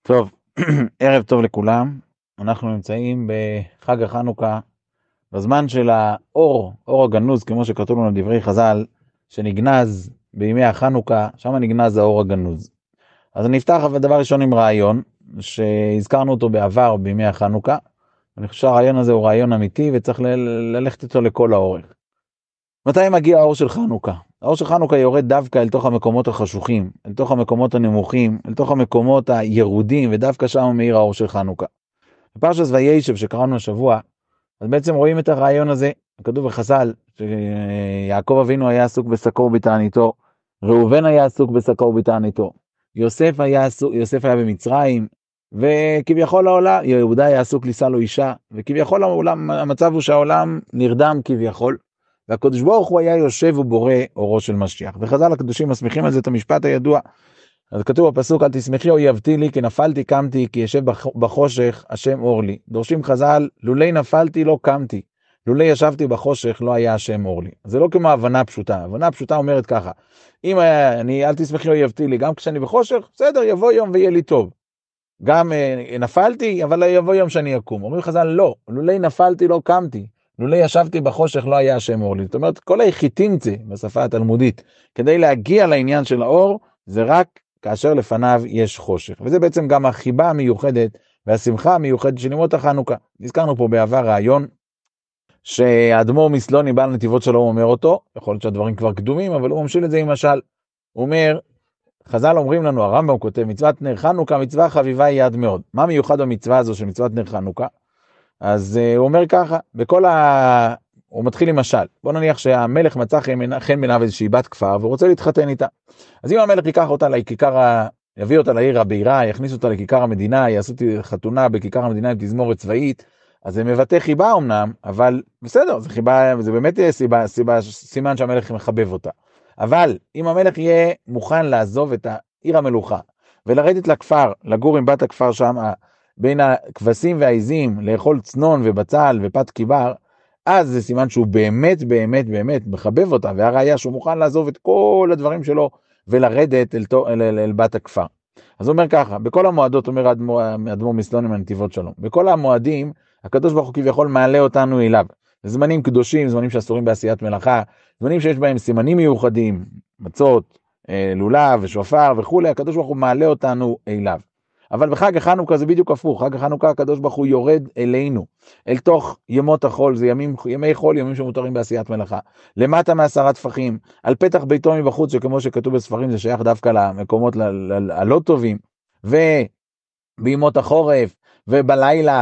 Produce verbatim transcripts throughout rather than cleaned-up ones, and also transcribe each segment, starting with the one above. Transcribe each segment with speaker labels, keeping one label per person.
Speaker 1: טוב, ערב טוב לכולם. אנחנו נמצאים בחג החנוכה, בזמן של האור, אור הגנוז, כמו שכתוב לנו דברי חז"ל, שנגנז בימי החנוכה, שם נגנז האור הגנוז. אז אני אפתח דבר ראשון עם רעיון, שהזכרנו אותו בעבר בימי החנוכה. אני חושב שהרעיון הזה הוא רעיון אמיתי, וצריך ל- ללכת איתו לכל האורך. מתי מגיע האור של חנוכה? האור של חנוכה יורד דווקא אל תוך המקומות החשוכים, אל תוך המקומות הנמוכים, אל תוך המקומות הירודים, ודווקא שם מאיר האור של חנוכה. בפרשת וישב שקראנו השבוע, אז בעצם רואים את הרעיון הזה, כתוב בחז"ל, שיעקב אבינו היה עסוק בשקו ובתעניתו, ראובן היה עסוק בשקו ובתעניתו, יוסף היה עסוק, יוסף היה במצרים, וכביכול העולם, יהודה היה עסוק לישא לו אישה, וכביכול העולם, המצב הוא שהעולם נרדם כביכול, והקדוש ברוך הוא היה יושב ובורא אורו של משיח. וחז"ל הקדושים מסמיכים על זה את המשפט הידוע. אז כתוב בפסוק, אל תשמחי אויבתי לי, כי נפלתי קמתי, כי ישב בחושך, השם אור לי. דורשים חז"ל, לולי נפלתי לא קמתי, לולי ישבתי בחושך לא היה השם אור לי. זה לא כמו הבנה פשוטה. הבנה פשוטה אומרת ככה, אם אני, אל תשמחי אויבתי לי, גם כשאני בחושך, בסדר, יבוא יום ויהיה לי טוב. גם אה, נפלתי, אבל יבוא יום שאני אקום. אומרים חז"ל, לא, לולי נפלתי לא קמתי. לולא ישבתי בחושך לא היה השם אור לי. זאת אומרת, כל היחיתימצה בשפה התלמודית, כדי להגיע לעניין של האור, זה רק כאשר לפניו יש חושך. וזה בעצם גם החיבה המיוחדת והשמחה המיוחדת של ימות החנוכה. נזכרנו פה בעבר רעיון, שהאדמו"ר מסלוני בעל נתיבות שלום אומר אותו, יכול להיות שהדברים כבר קדומים, אבל הוא ממשיל את זה עם משל. הוא אומר, חז"ל אומרים לנו, הרמב"ם כותב, מצוות נר חנוכה, מצווה חביבה היא יד מאוד. מה מיוחד במצווה הזו של מצוות נר חנוכה? אז uh, הוא אומר ככה, בכל ה... הוא מתחיל עם משל. בוא נניח שהמלך מצא חן בעיניו איזושהי בת כפר, והוא רוצה להתחתן איתה. אז אם המלך ייקח אותה לכיכר, ה... יביא אותה לעיר הבירה, יכניס אותה לכיכר המדינה, יעשו חתונה בכיכר המדינה עם תזמורת צבאית, אז זה מבטא חיבה אמנם, אבל בסדר, זה חיבה, זה באמת סיבה, סיבה, סימן שהמלך מחבב אותה. אבל אם המלך יהיה מוכן לעזוב את העיר המלוכה, ולרדת לכפר, לגור עם בת הכפר שם, בין הכבשים והעיזים, לאכול צנון ובצל ופת קיבר, אז זה סימן שהוא באמת, באמת, באמת מחבב אותה, והראיה שהוא מוכן לעזוב את כל הדברים שלו, ולרדת אל, אל, אל, אל בת הכפר. אז הוא אומר ככה, בכל המועדות, אומר אדמו"ר מסלוני מהנתיבות שלום, בכל המועדים, הקדוש ברוך הוא כביכול מעלה אותנו אליו. זמנים קדושים, זמנים שאסורים בעשיית מלאכה, זמנים שיש בהם סימנים מיוחדים, מצות, לולב ושופר וכו', הקדוש ברוך הוא מעלה אותנו אליו. אבל בחג החנוכה זה בדיוק הפוך, חג החנוכה הקדוש ברוך הוא יורד אלינו, אל תוך ימות החול, זה ימים, ימי חול, ימים שמותרים בעשיית מלאכה, למטה מעשרה טפחים, על פתח ביתו מבחוץ, שכמו שכתוב בספרים זה שייך דווקא למקומות הלא טובים, ובימות החורף, ובלילה,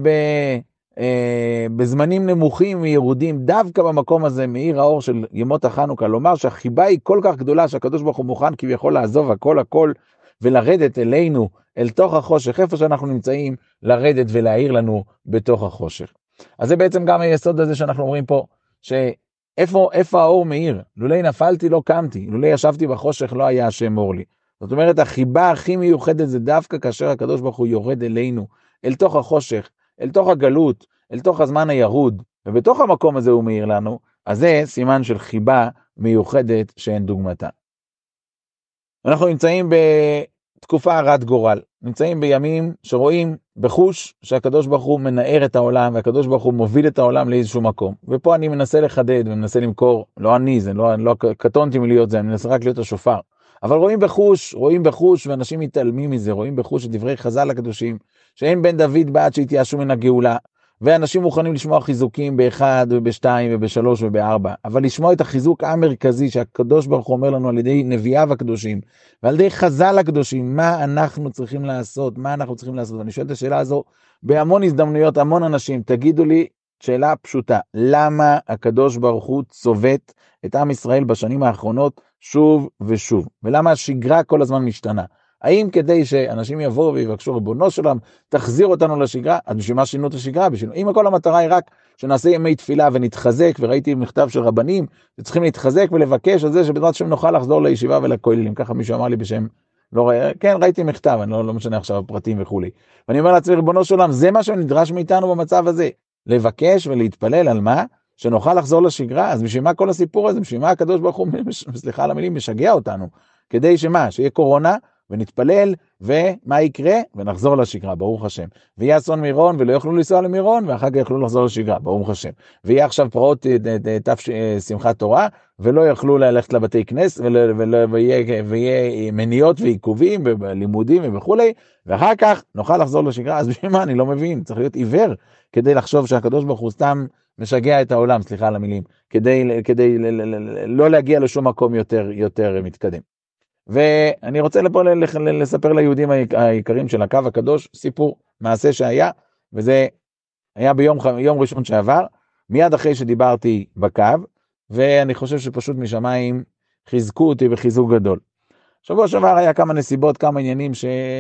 Speaker 1: ובזמנים נמוכים וירודים, דווקא במקום הזה מאיר האור של ימות החנוכה, לומר שהחיבה היא כל כך גדולה, שהקדוש ברוך הוא מוכן כביכול לעזוב הכל הכל, ולרדת אלינו, אל תוך החושך, איפה שאנחנו נמצאים, לרדת ולהאיר לנו בתוך החושך. אז זה בעצם גם היסוד הזה שאנחנו אומרים פה, שאיפה איפה האור מאיר? לולי נפלתי לא קמתי, לולי ישבתי בחושך לא היה השם אור לי. זאת אומרת, החיבה הכי מיוחדת זה דווקא כאשר הקדוש ברוך הוא יורד אלינו, אל תוך החושך, אל תוך הגלות, אל תוך הזמן הירוד, ובתוך המקום הזה הוא מאיר לנו, אז זה סימן של חיבה מיוחדת שאין דוגמתה. אנחנו נמצאים בתקופה הרת גורל, נמצאים בימים שרואים בחוש שהקדוש ברוך הוא מנער את העולם, והקדוש ברוך הוא מוביל את העולם לאיזשהו מקום. ופה אני מנסה לחדד ומנסה למכור, לא אני, זה לא, לא קטונתי מלהיות זה, אני מנסה רק להיות השופר. אבל רואים בחוש, רואים בחוש, ואנשים מתעלמים מזה, רואים בחוש את דברי חז"ל הקדושים, שאין בן דוד בעד שהתייאשו מן הגאולה, ואנשים מוכנים לשמוע חיזוקים באחד ובשתיים ובשלוש ובארבע, אבל לשמוע את החיזוק המרכזי שהקדוש ברוך הוא אומר לנו על ידי נביאיו הקדושים, ועל ידי חז"ל הקדושים, מה אנחנו צריכים לעשות, מה אנחנו צריכים לעשות, ואני שואל את השאלה הזו בהמון הזדמנויות, המון אנשים, תגידו לי שאלה פשוטה, למה הקדוש ברוך הוא צובט את עם ישראל בשנים האחרונות שוב ושוב, ולמה השגרה כל הזמן משתנה? האם כדי שאנשים יבואו ויבקשו ריבונו שלם, תחזיר אותנו לשגרה? אז בשביל מה שינו את השגרה? בשביל... אם כל המטרה היא רק שנעשה ימי תפילה ונתחזק, וראיתי מכתב של רבנים, צריכים להתחזק ולבקש על זה שבעזרת השם נוכל לחזור לישיבה ולכוללים. ככה מישהו אמר לי בשם, לא ראי... כן, ראיתי מכתב, אני לא, לא משנה עכשיו הפרטים וכו'. ואני אומר לעצמי, ריבונו שלם, זה מה שנדרש מאיתנו במצב הזה, לבקש ולהתפלל על מה? שנוכל לחזור לשגרה. אז בשביל מה כל הסיפור הזה? בשביל מה הקדוש ברוך הוא, סליחה על המילים, משגע אותנו? כדי שמה? שיהיה קורונה? ונתפלל, ומה יקרה? ונחזור לשגרה, ברוך השם. ויהיה אסון מירון, ולא יוכלו לנסוע למירון, ואחר כך יוכלו לחזור לשגרה, ברוך השם. ויהיה עכשיו פרעות תף שמחת תורה, ולא יוכלו ללכת לבתי כנסת, ויהיה, ויהיה מניעות ועיכובים, ולימודים וכולי, ואחר כך נוכל לחזור לשגרה. אז בשביל מה? אני לא מבין, צריך להיות עיוור, כדי לחשוב שהקדוש ברוך הוא סתם משגע את העולם, סליחה על המילים, כדי, כדי לא להגיע לשום מקום יותר, יותר מתקדם. ואני רוצה לפה לספר ליהודים העיקרים של הקו הקדוש, סיפור מעשה שהיה, וזה היה ביום יום ראשון שעבר, מיד אחרי שדיברתי בקו, ואני חושב שפשוט משמיים חיזקו אותי בחיזוק גדול. שבוע שעבר היה כמה נסיבות, כמה עניינים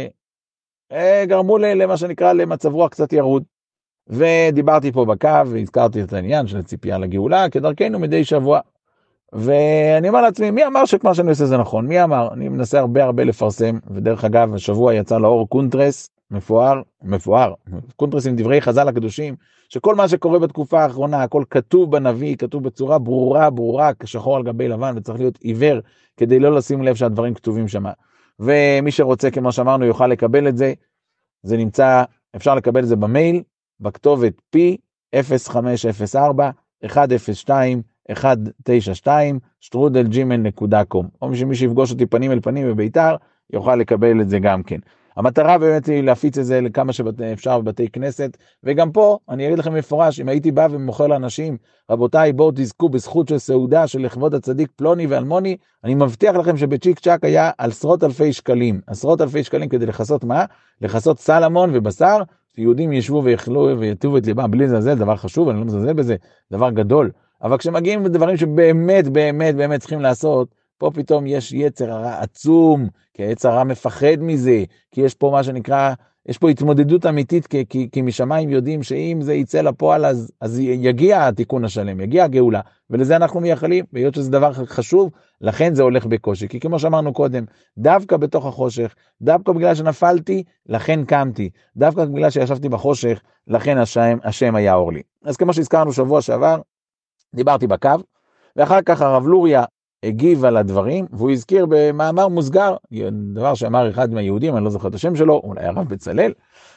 Speaker 1: שגרמו למה שנקרא למצב רוח קצת ירוד, ודיברתי פה בקו, והזכרתי את העניין של הציפייה לגאולה, כדרכנו מדי שבוע. ואני אומר לעצמי, מי אמר שכמה שאני עושה זה נכון? מי אמר? אני מנסה הרבה הרבה לפרסם, ודרך אגב, השבוע יצא לאור קונטרס, מפואר, מפואר, קונטרס עם דברי חז"ל הקדושים, שכל מה שקורה בתקופה האחרונה, הכל כתוב בנביא, כתוב בצורה ברורה, ברורה, כשחור על גבי לבן, וצריך להיות עיוור, כדי לא לשים לב שהדברים כתובים שם. ומי שרוצה, כמו שאמרנו, יוכל לקבל את זה, זה נמצא, אפשר לקבל את זה במייל, בכתובת פי אפס חמש אפס ארבע אחת אפס שתיים אחת תשע שתיים שטרודל ג'ימייל נקודה קום, או שמי שיפגוש אותי פנים אל פנים בביתר יוכל לקבל את זה גם כן. המטרה באמת היא להפיץ את זה לכמה שאפשר בבתי כנסת, וגם פה אני אגיד לכם מפורש, אם הייתי בא ומוכר לאנשים, רבותיי בואו תזכו בזכות של סעודה של לכבוד הצדיק פלוני ואלמוני, אני מבטיח לכם שבצ'יק צ'ק היה עשרות אלפי שקלים, עשרות אלפי שקלים כדי לחסות מה? לחסות סלמון ובשר, שיהודים ישבו ויאכלו ויטובו את ליבם, בלי זה דבר חשוב, אני לא מזלזל בזה, דבר גדול. אבל כשמגיעים לדברים שבאמת, באמת, באמת צריכים לעשות, פה פתאום יש יצר הרע עצום, כי היצר הרע מפחד מזה, כי יש פה מה שנקרא, יש פה התמודדות אמיתית, כי, כי, כי משמיים יודעים שאם זה יצא לפועל, אז, אז יגיע התיקון השלם, יגיע הגאולה, ולזה אנחנו מייחלים, והיות שזה דבר חשוב, לכן זה הולך בקושי, כי כמו שאמרנו קודם, דווקא בתוך החושך, דווקא בגלל שנפלתי, לכן קמתי, דווקא בגלל שישבתי בחושך, לכן השם, השם היה אור לי. אז כמו שהזכרנו שבוע שעבר, דיברתי בקו, ואחר כך הרב לוריה הגיב על הדברים, והוא הזכיר במאמר מוסגר, דבר שאמר אחד מהיהודים, אני לא זוכר את השם שלו, אולי הרב בצלאל,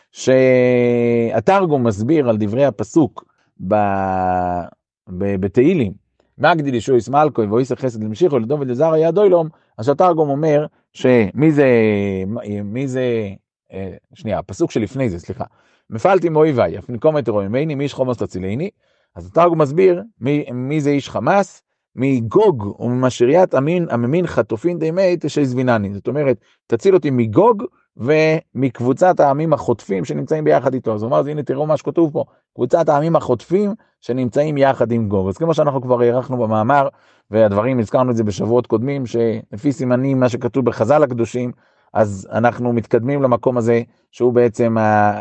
Speaker 1: שהתרגום מסביר על דברי הפסוק בתהילים, מגדיל ישויס מלכוי ואויסר חסד למשיחו לדוד לזר ידו אלום, אז התרגום אומר שמי זה, מי זה, שנייה, הפסוק שלפני זה, סליחה, מפעלתי מאויביי, אפנקום את רוממני, מי איש חומוס תצילני, אז התרגום מסביר מי, מי זה איש חמאס, מגוג וממשריית אמין, הממין חטופין דימי תשזבינני, זאת אומרת, תציל אותי מגוג ומקבוצת העמים החוטפים שנמצאים ביחד איתו. אז הוא אומר, אז הנה תראו מה שכתוב פה, קבוצת העמים החוטפים שנמצאים יחד עם גוג. אז כמו שאנחנו כבר הערכנו במאמר, והדברים, הזכרנו את זה בשבועות קודמים, שלפי סימנים מה שכתוב בחז"ל הקדושים, אז אנחנו מתקדמים למקום הזה, שהוא בעצם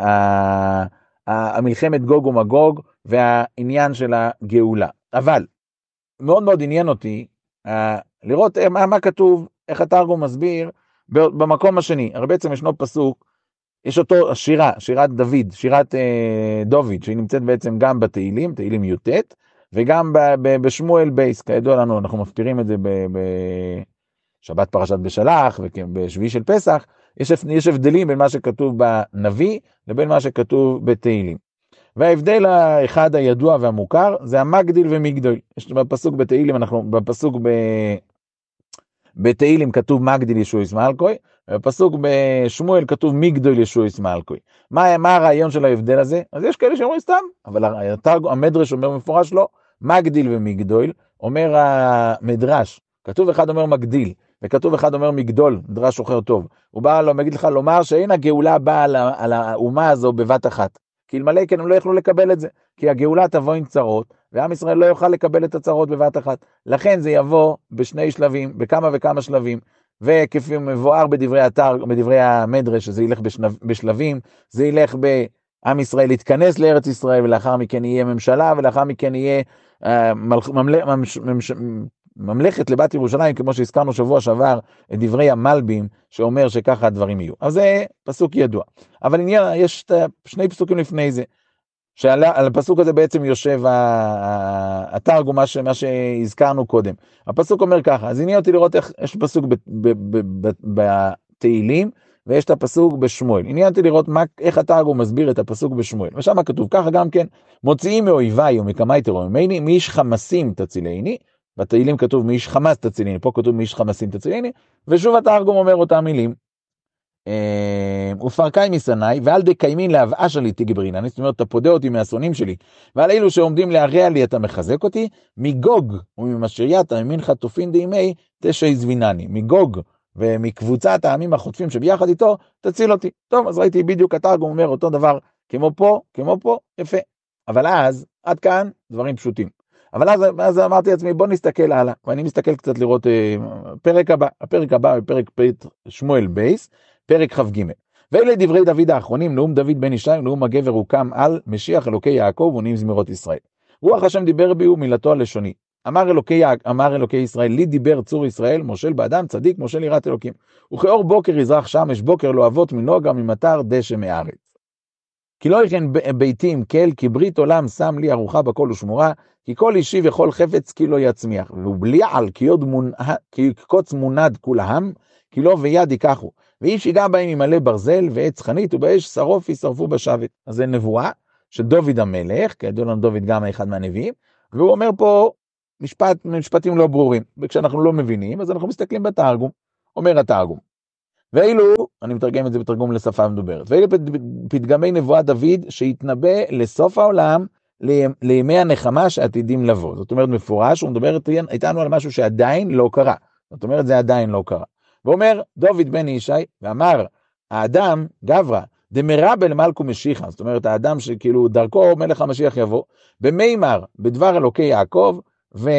Speaker 1: המלחמת גוג ומגוג, והעניין של הגאולה. אבל, מאוד מאוד עניין אותי, לראות מה, מה כתוב, איך התרגום מסביר, במקום השני. הרי בעצם ישנו פסוק, יש אותו שירה, שירת דוד, שירת אה, דוד, שהיא נמצאת בעצם גם בתהילים, תהילים י"ט, וגם ב, ב, בשמואל בייס, כידוע לנו, אנחנו מפתירים את זה בשבת פרשת בשלח, ובשביעי של פסח, יש, יש הבדלים בין מה שכתוב בנביא, לבין מה שכתוב בתהילים. וההבדל האחד הידוע והמוכר, זה המגדיל ומגדול. יש בפסוק בתהילים, אנחנו בפסוק ב... בתהילים כתוב מגדיל ישויס מלכוי, ובפסוק בשמואל כתוב מגדול ישויס מלכוי. מה, מה הרעיון של ההבדל הזה? אז יש כאלה שאומרים סתם, אבל המדרש אומר מפורש לא, מגדיל ומגדול, אומר המדרש, כתוב אחד אומר מגדיל, וכתוב אחד אומר מגדול, מדרש אחר טוב. הוא בא לו, מגיד לך לומר שאין הגאולה באה על, על האומה הזו בבת אחת. כי אלמלא כן הם לא יכלו לקבל את זה, כי הגאולה תבוא עם צרות, ועם ישראל לא יוכל לקבל את הצרות בבת אחת. לכן זה יבוא בשני שלבים, בכמה וכמה שלבים, וכפי מבואר בדברי התר, בדברי המדרש, שזה ילך בשנב, בשלבים, זה ילך בעם ישראל להתכנס לארץ ישראל, ולאחר מכן יהיה ממשלה, ולאחר מכן יהיה uh, ממלכ, ממש, ממש, ממלכת לבת ירושלים, כמו שהזכרנו שבוע שעבר, את דברי המלבים, שאומר שככה הדברים יהיו. אז זה פסוק ידוע. אבל עניין, יש שני פסוקים לפני זה, שעל הפסוק הזה בעצם יושב התרגום, מה, מה שהזכרנו קודם. הפסוק אומר ככה, אז עניין אותי לראות איך יש פסוק בתהילים, ויש את הפסוק בשמואל. עניין אותי לראות מה, איך התרגום מסביר את הפסוק בשמואל. ושם כתוב ככה גם כן, מוציאים מאויביי ומקמאי תרוממני, מאיש חמסים תצילני, בתהילים כתוב מאיש חמס תצילני, פה כתוב מאיש חמסים תצילני, ושוב התרגום אומר אותם מילים. ופרקי מסנאי, ועל דקיימין להבאה שלי תגברינן, זאת אומרת, אתה פודה אותי מהשונאים שלי, ועל אלו שעומדים להרע לי אתה מחזק אותי, מגוג וממשרייתא ממינך תופין דימי תשע יזבינני, מגוג ומקבוצת העמים החוטפים שביחד איתו, תציל אותי. טוב, אז ראיתי בדיוק התרגום אומר אותו דבר, כמו פה, כמו פה, יפה. אבל אז, עד כאן, דברים פשוטים. אבל אז, אז אמרתי לעצמי, בוא נסתכל הלאה, ואני מסתכל קצת לראות אה, פרק הבא, הפרק הבא, פרק פרק שמואל בייס, פרק כ"ג. ואלה דברי דוד האחרונים, נאום דוד בן ישי, נאום הגבר הוקם על משיח אלוקי יעקב ונעים זמירות ישראל. רוח השם דיבר בי ומילתו הלשוני. אמר אלוקי, אמר אלוקי ישראל, לי דיבר צור ישראל, מושל באדם, צדיק, מושל יראת אלוקים. וכאור בוקר יזרח שמש, בוקר לא אבות מנוגה, ממטר דשא מארץ. כי לא יכן ביתי עם כל, כי ברית עולם שם לי ארוחה בכל ושמורה, כי כל אישי וכל חפץ כי לא יצמיח. ובלי על כי עוד מונ... כי קוץ מונד כולם, כי לא ויד ייקחו. ואיש ייגע בהם ימלא ברזל ועץ חנית, ובאש שרוף ישרפו בשבת. אז זה נבואה של דוד המלך, כידוע לנו דוד גם אחד מהנביאים, והוא אומר פה משפט, משפטים לא ברורים. וכשאנחנו לא מבינים, אז אנחנו מסתכלים בתרגום. אומר התרגום. ואילו, אני מתרגם את זה בתרגום לשפה מדוברת, ואילו פתגמי נבואת דוד שהתנבא לסוף העולם, לימי הנחמה שעתידים לבוא. זאת אומרת מפורש, הוא מדבר איתנו על משהו שעדיין לא קרה. זאת אומרת זה עדיין לא קרה. ואומר דוד בן ישי, ואמר האדם גברא, דמרבל מלכו משיחה, זאת אומרת האדם שכאילו דרכו מלך המשיח יבוא, במימר בדבר אלוקי יעקב, ו...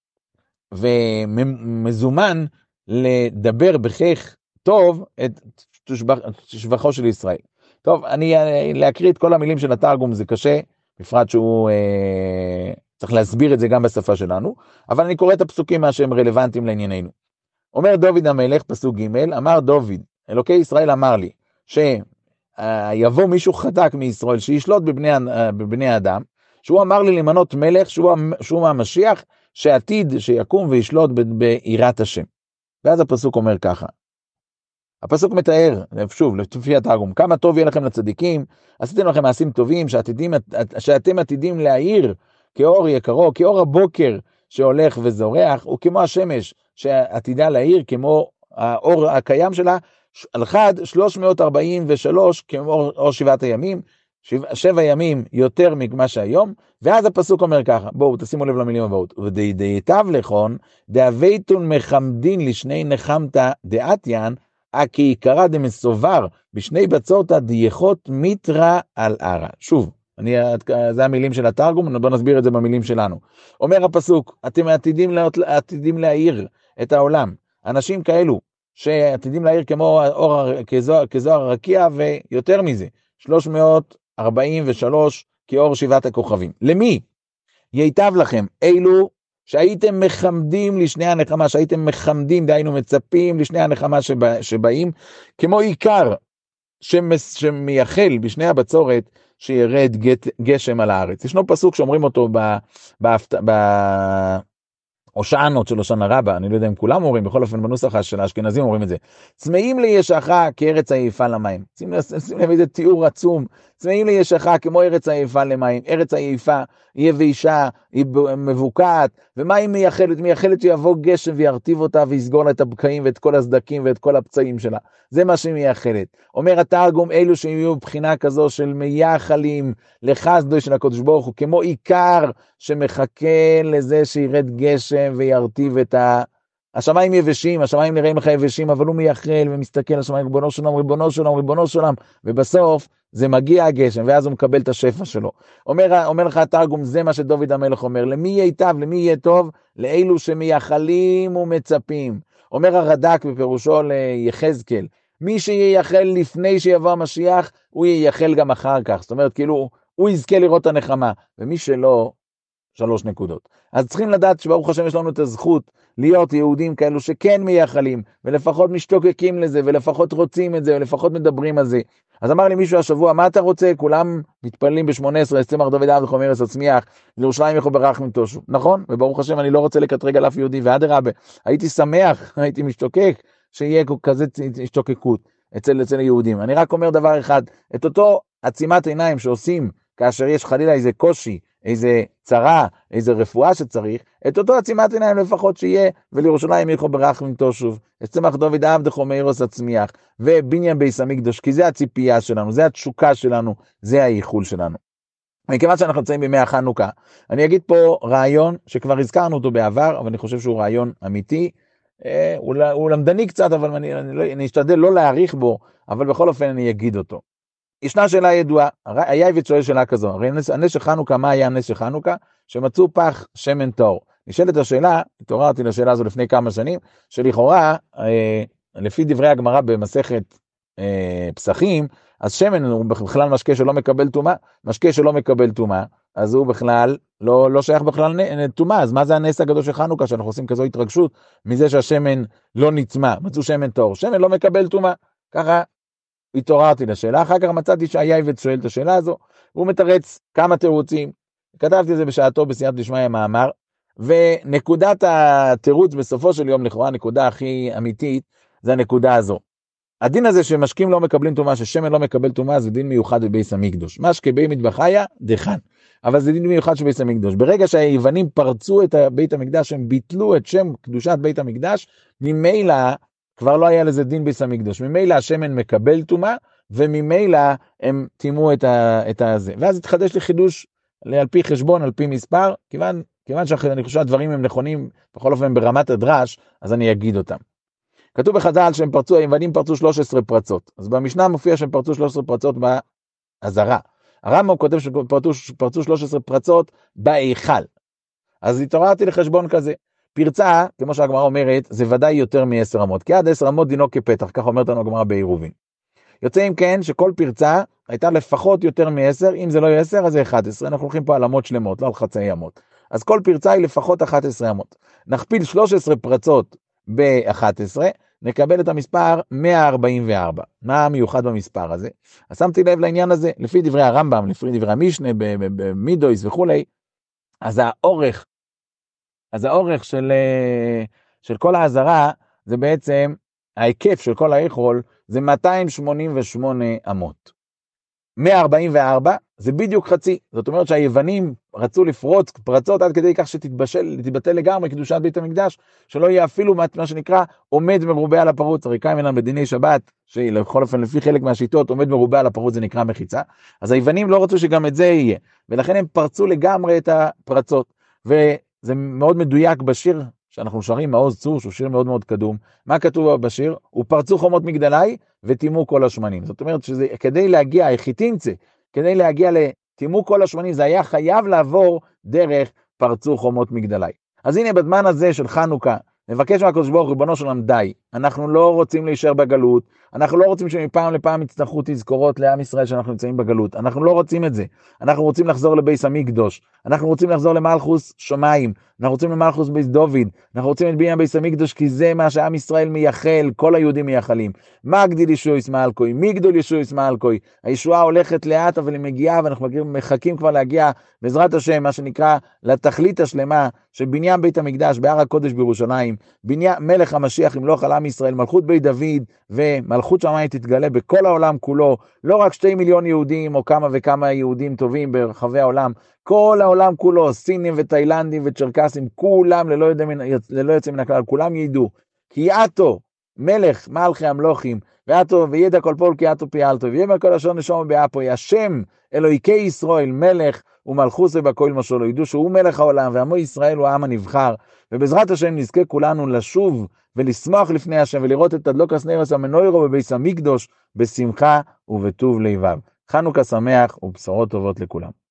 Speaker 1: ומזומן לדבר בכך טוב את שבחו של ישראל. טוב, אני להקריא את כל המילים של התרגום זה קשה, בפרט שהוא אה, צריך להסביר את זה גם בשפה שלנו, אבל אני קורא את הפסוקים מה שהם רלוונטיים לענייננו. אומר דוד המלך, פסוק ג', אמר דוד, אלוקי ישראל אמר לי, שיבוא מישהו חזק מישראל, שישלוט בבני, בבני אדם, שהוא אמר לי למנות מלך, שהוא, שהוא המשיח, שעתיד שיקום וישלוט ביראת השם. ואז הפסוק אומר ככה, הפסוק מתאר, שוב, לפי התרגום, כמה טוב יהיה לכם לצדיקים, עשיתם לכם מעשים טובים, שעתידים, שאתם עתידים להאיר כאור יקרו, כאור הבוקר שהולך וזורח, וכמו השמש שעתידה להאיר, כמו האור הקיים שלה, על חד שלוש מאות ארבעים ושלוש, כמו אור שבעת הימים, שבע, שבע ימים יותר ממה שהיום, ואז הפסוק אומר ככה, בואו תשימו לב למילים הבאות, ודייתיו לכון, דאבייתון מחמדין לשני נחמתה דעתיין, כי עיקרה דמסובר בשני בצורתא דייכות מיתרא על ערא. שוב, אני, זה המילים של התרגום, בוא נסביר את זה במילים שלנו. אומר הפסוק, אתם עתידים, עתידים להאיר את העולם. אנשים כאלו שעתידים להאיר כמו אור, כזוהר, כזוהר הרקיע, ויותר מזה, שלוש מאות ארבעים ושלוש כאור שבעת הכוכבים. למי? ייטב לכם, אילו שהייתם מחמדים לשני הנחמה, שהייתם מחמדים, דהיינו מצפים לשני הנחמה שבא, שבאים, כמו עיקר שמייחל בשני הבצורת שירד גשם על הארץ. ישנו פסוק שאומרים אותו בהושענות של הושענא רבה, אני לא יודע אם כולם אומרים, בכל אופן בנוסח של האשכנזים אומרים את זה. צמאים לישך כארץ היפה למים. שים לב איזה תיאור עצום. צמאים לישך כמו ארץ היפה למים. ארץ היפה היא יבשה, היא מבוקעת, ומה היא מייחלת? מייחלת שיבוא גשם וירטיב אותה ויסגור לה את הבקעים ואת כל הסדקים ואת כל הפצעים שלה. זה מה שהיא מייחלת. אומר התרגום, אלו שיהיו בבחינה כזו של מייחלים לחסדו של הקדוש ברוך הוא, כמו עיקר שמחכה לזה שירד גשם וירטיב את ה... השמיים יבשים, השמיים נראים לך יבשים, אבל הוא מייחל ומסתכל על השמיים, ריבונו שלום, ריבונו שלום, ריבונו שלום, ובסוף זה מגיע הגשם, ואז הוא מקבל את השפע שלו. אומר, אומר לך התרגום, זה מה שדוד המלך אומר, למי ייטב, למי יהיה טוב? לאלו שמייחלים ומצפים. אומר הרד"ק בפירושו ליחזקאל, מי שייחל לפני שיבוא המשיח, הוא ייחל גם אחר כך. זאת אומרת, כאילו, הוא יזכה לראות את הנחמה, ומי שלא, שלוש נקודות. אז צריכים לדעת שברוך השם יש לנו את הזכות להיות יהודים כאלו שכן מייחלים, ולפחות משתוקקים לזה, ולפחות רוצים את זה, ולפחות מדברים על זה. אז אמר לי מישהו השבוע, מה אתה רוצה? כולם מתפללים ב-שמונה עשרה, צמח דוד אב וחומר ארץ הצמיח, לירושלים יכו ברחמים תושו. נכון? וברוך השם אני לא רוצה לקטרג על אף יהודי, ואדרבה, הייתי שמח, הייתי משתוקק, שיהיה כזה השתוקקות אצל, אצל היהודים. אני רק אומר דבר אחד, את אותו עצימת עיניים שעושים כאשר יש חלילה איזה קושי, איזה צרה, איזה רפואה שצריך, את אותו עצימת עיניים לפחות שיהיה, ולירושלים ילכו ברחמים תושוב, אצמח דוד עבדך ומאירוס הצמיח, ובניין ביס המקדוש, כי זה הציפייה שלנו, זה התשוקה שלנו, זה האיחול שלנו. מכיוון שאנחנו נמצאים בימי החנוכה, אני אגיד פה רעיון שכבר הזכרנו אותו בעבר, אבל אני חושב שהוא רעיון אמיתי, אה, הוא, הוא למדני קצת, אבל אני, אני, לא, אני אשתדל לא להאריך בו, אבל בכל אופן אני אגיד אותו. ישנה שאלה ידועה, היאבד שואל שאלה כזו, הרי הנס של חנוכה, מה היה הנס של חנוכה? שמצאו פח שמן טהור. נשאלת השאלה, התעוררתי לשאלה הזו לפני כמה שנים, שלכאורה, אה, לפי דברי הגמרא במסכת אה, פסחים, אז שמן הוא בכלל משקה שלא מקבל טומאה, משקה שלא מקבל טומאה, אז הוא בכלל לא, לא שייך בכלל טומאה, אז מה זה הנס הגדול של חנוכה, שאנחנו עושים כזו התרגשות מזה שהשמן לא נצמא, מצאו שמן טהור, שמן לא מקבל טומאה, ככה התעוררתי לשאלה, אחר כך מצאתי שהיאבד שואל את השאלה הזו, והוא מתרץ כמה תירוצים, כתבתי את זה בשעתו בסייעתא דשמיא מאמר, ונקודת התירוץ בסופו של יום, לכאורה הנקודה הכי אמיתית, זה הנקודה הזו. הדין הזה שמשקים לא מקבלים טומאה, ששמן לא מקבל טומאה, זה דין מיוחד בבית המקדוש. משקה בי מטבחיה, דחן. אבל זה דין מיוחד של בית המקדוש. ברגע שהיוונים פרצו את בית המקדש, הם ביטלו את שם קדושת בית המקדש, ממילא כבר לא היה לזה דין בית המקדוש. ממילא השמן מקבל טומאה, וממילא הם טימאו את, את הזה. ואז התחדש לי חידוש על פי חשבון, על פי מספר, כיוון, כיוון שאני חושב שהדברים הם נכונים, בכל אופן ברמת הדרש, אז אני אגיד אותם. כתוב בחז"ל שהם פרצו, היוונים פרצו שלוש עשרה פרצות. אז במשנה מופיע שהם פרצו שלוש עשרה פרצות בעזרה. הרמב"ם כותב שפרצו שלוש עשרה פרצות בהיכל. אז התעוררתי לחשבון כזה. פרצה, כמו שהגמרא אומרת, זה ודאי יותר מ-עשר אמות. כי עד עשר אמות דינו כפתח, כך אומרת לנו הגמרא בעירובין. יוצא אם כן שכל פרצה הייתה לפחות יותר מ-עשר, אם זה לא יהיה עשר אז זה אחת עשרה. אנחנו הולכים פה על אמות שלמות, לא על חצאי אמות. אז כל פרצה היא לפחות אחת עשרה אמות. נכפיל שלוש עשרה פרצות ב-אחת עשרה, נקבל את המספר מאה ארבעים וארבע. מה המיוחד במספר הזה? אז שמתי לב לעניין הזה, לפי דברי הרמב"ם, לפי דברי המשנה, במידויס וכולי, אז האורך, אז האורך של, של כל העזרה, זה בעצם, ההיקף של כל האיכול, זה מאתיים שמונים ושמונה אמות. מאה ארבעים וארבע זה בדיוק חצי, זאת אומרת שהיוונים רצו לפרוץ פרצות עד כדי כך שתתבשל, תתבטל לגמרי קדושת בית המקדש, שלא יהיה אפילו מה שנקרא עומד מרובה על הפרוץ, הרי קיים אינם בדיני שבת, שלכל אופן לפי חלק מהשיטות עומד מרובה על הפרוץ זה נקרא מחיצה, אז היוונים לא רצו שגם את זה יהיה, ולכן הם פרצו לגמרי את הפרצות, וזה מאוד מדויק בשיר שאנחנו שרים מעוז צור, שהוא שיר מאוד מאוד קדום. מה כתוב בשיר? ופרצו חומות מגדלי וטימו כל השמנים. זאת אומרת שזה כדי להגיע, היחיתינצה, כדי להגיע לטימו כל השמנים, זה היה חייב לעבור דרך פרצו חומות מגדלי. אז הנה בזמן הזה של חנוכה, נבקש מהקדוש ברוך הוא ריבונו של עולם די. אנחנו לא רוצים להישאר בגלות, אנחנו לא רוצים שמפעם לפעם יצטרכו תזכורות לעם ישראל שאנחנו נמצאים בגלות, אנחנו לא רוצים את זה. אנחנו רוצים לחזור לבית המקדש, אנחנו רוצים לחזור למלכוס שמיים, אנחנו רוצים למלכוס בית דוד, אנחנו רוצים את בניין בית המקדש כי זה מה שעם ישראל מייחל, כל היהודים מייחלים. מה גדיל ישוע ישמעאל כוי, מי גדול ישוע ישמעאל כוי. הישועה הולכת לאט אבל היא מגיעה ואנחנו מחכים כבר להגיע בעזרת השם מה שנקרא לתכלית השלמה של בניין בית המקדש בהר הקודש בירושלים, בניין מלך המשיח ימלוך על עם ישראל, מלכות בית דוד ומלכות שמיים תתגלה בכל העולם כולו, לא רק שתי מיליון יהודים או כמה וכמה יהודים טובים ברחבי העולם, כל העולם כולו, סינים ותאילנדים וצ'רקסים, כולם ללא יוצא, ללא יוצא מן הכלל, כולם ידעו, כי עתו מלך מלכי המלוכים, ועתו וידע כל פול כי עתו פיאלתו, ויאמר כל אשר נשום באפו, השם אלוהיקי ישראל מלך ומלכוס ובכל משהו, לא ידעו שהוא מלך העולם, ועמו ישראל הוא העם הנבחר, ובעזרת השם נזכה כולנו לשוב ולשמוח לפני השם, ולראות את תדלוק הסנרס המנוירו בבית המקדש בשמחה ובטוב לבב. חנוכה שמח ובשורות טובות לכולם.